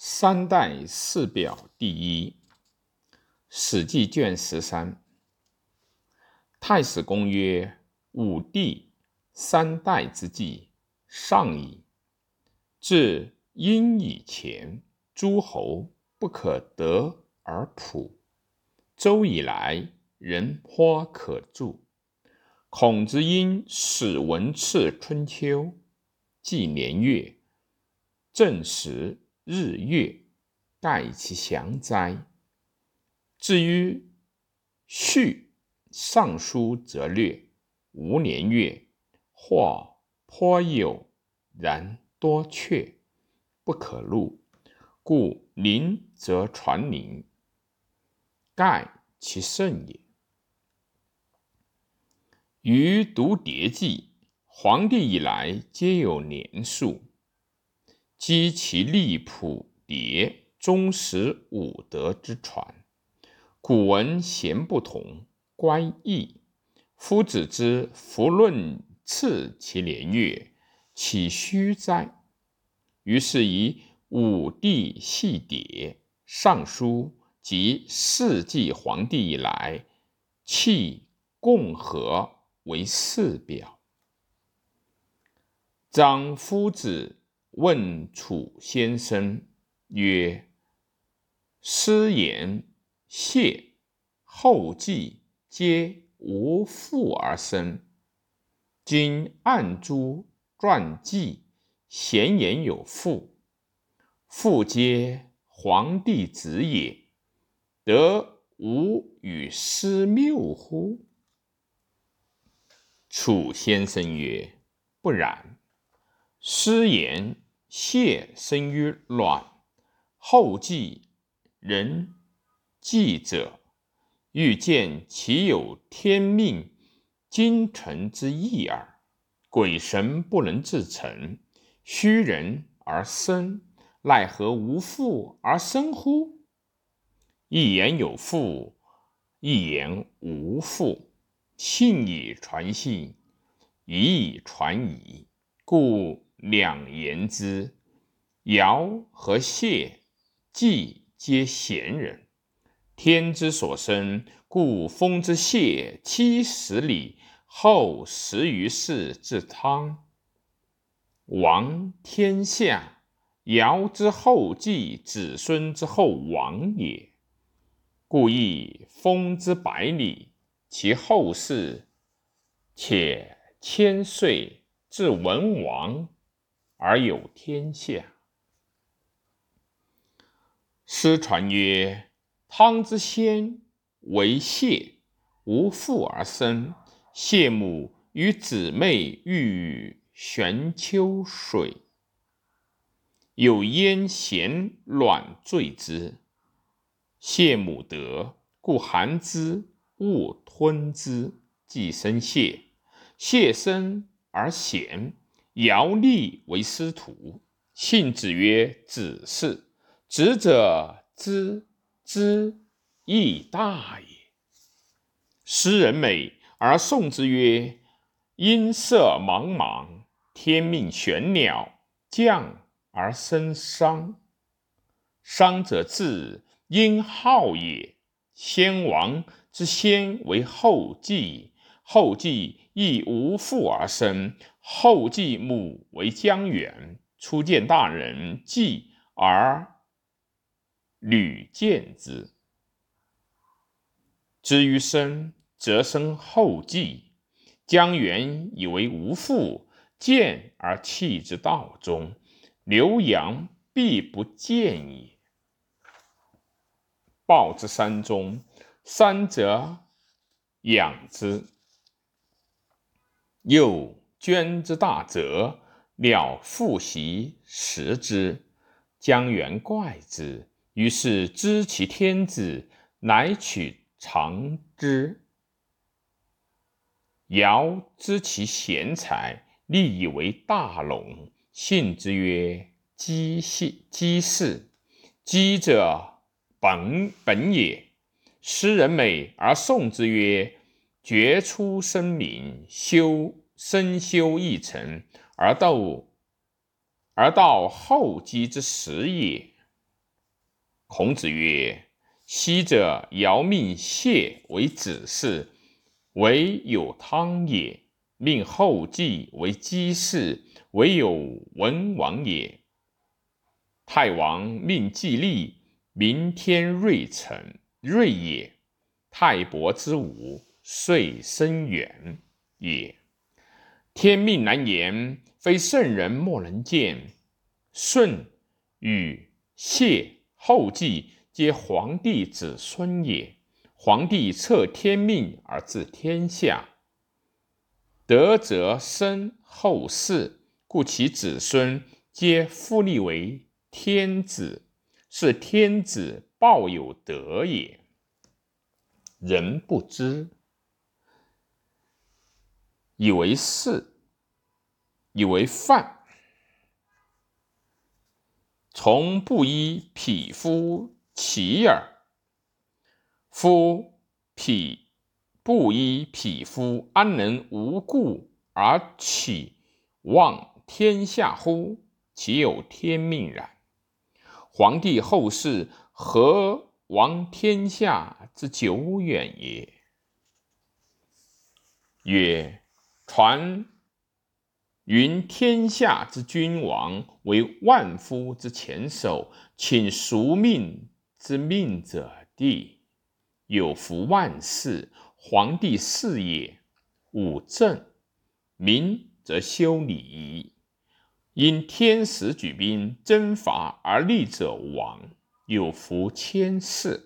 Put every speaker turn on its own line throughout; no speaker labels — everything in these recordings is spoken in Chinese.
三代四表第一，《史记》卷13。太史公曰：武帝三代之际，上矣。至殷以前，诸侯不可得而普。周以来，人颇可助。孔子因使文次春秋，纪年月，正时日月，盖其详哉。至于序尚书则略，无年月，或颇有，然多阙，不可录，故临则传临，盖其甚也。余读牒记，黄帝以来皆有年数，积其立谱牒，终始五德之传。古文咸不同，乖异。夫子之弗论次其年月，岂虚哉？于是以武帝系牒、尚书及世纪皇帝以来，弃共和为四表。张夫子问楚先生曰：师言谢后继皆无父而生，今按诸传记，咸言有父，父皆皇帝子也，得吾与师谬乎？楚先生曰：不然。师言谢生于卵，后继人继者，欲见其有天命精诚之意耳。鬼神不能自成，虚人而生，奈何无父而生乎？一言有父，一言无父，信以传信，疑以传疑，故两言之。尧和谢、季皆贤人，天之所生，故封之谢70里，后10余世至汤，王天下。尧之后继，子孙之后王也，故亦封之100里，其后世且1000岁至文王，而有天下。师传曰：汤之先为谢，无父而生，谢母与姊妹欲悬秋水，有焉咸卵坠之，谢母得，故含之，勿吞之，即生谢。谢生而贤，尧立为师徒，信子曰：子是。子者知之亦大也。诗人美而颂之曰：音色茫茫，天命玄鸟，降而生商。商者治，殷浩也。先王之先为后继，后继亦无父而生，后继母为姜原，初见大人，继而屡见之。至于生，则生后继。姜原以为无父，见而弃之道中，刘阳必不见也。豹之山中，山则养之；又捐之大泽，鸟复习食之。姜原怪之，于是知其天子，乃取长之。尧知其贤才，立以为大龙，信之曰：姬氏。姬者本也。诗人美而颂之曰：绝出生民，身修一成，而到后稷之始也。 孔子曰：昔者尧命谢为子氏，为有汤也；命后稷为姬氏，为有文王也。太王命季历，明天瑞辰，瑞也。太伯之武，遂生远也。天命难言，非圣人莫能见。舜、禹、谢、后稷皆黄帝子孙也。黄帝测天命而治天下，德则生后世，故其子孙皆复立为天子，是天子报有德也。人不知，以为是，以为范。从不依匹夫齐耳。夫不依匹夫，安能无故而起望天下乎？其有天命然。黄帝后世，何亡天下之久远也？曰：传云天下之君王，为万夫之前首，请赎命之命者帝，有服万世。黄帝是也，武正，民则修礼仪。因天时举兵征伐而立者亡，有服千世。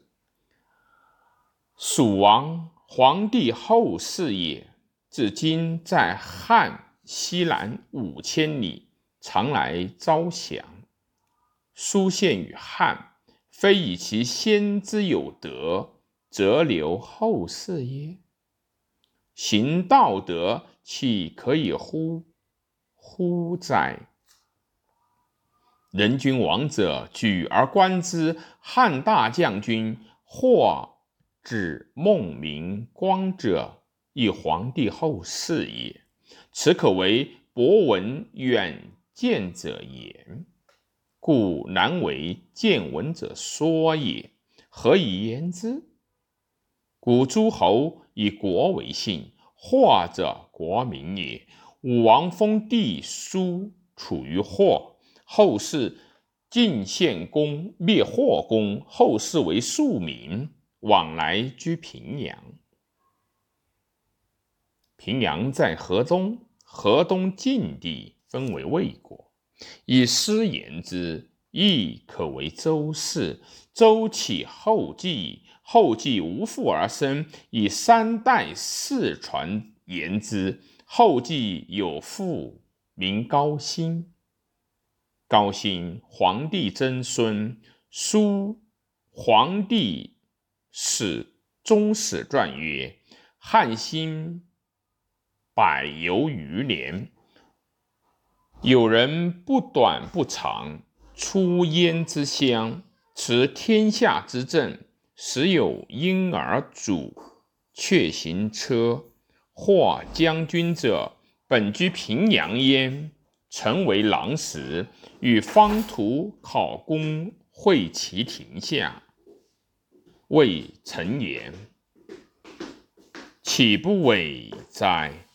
蜀王黄帝后世也，至今在汉西南5000里，常来招降。书献于汉，非以其先之有德，则留后世耶？行道德，岂可以乎哉？人君王者，举而观之，汉大将军，或指孟明光者，亦黄帝后世也。此可为博闻远见者言，故难为见闻者说也。何以言之？古诸侯以国为信，或者国民也。武王封地叔处于霍，后世晋献公灭霍公，后世为庶民，往来居平阳。平阳在河中，河东晋地分为魏国。以诗言之，亦可为周氏。周起后稷，后稷无父而生，以3代世传言之，后稷有父，名高辛。高辛，黄帝曾孙。书黄帝中史传曰：汉兴100有余年，有人不短不长，出燕之乡，持天下之政，时有婴儿主，却行车，或将军者，本居平阳焉。臣为郎时，与方图考公会其庭下，谓臣言：岂不伪哉？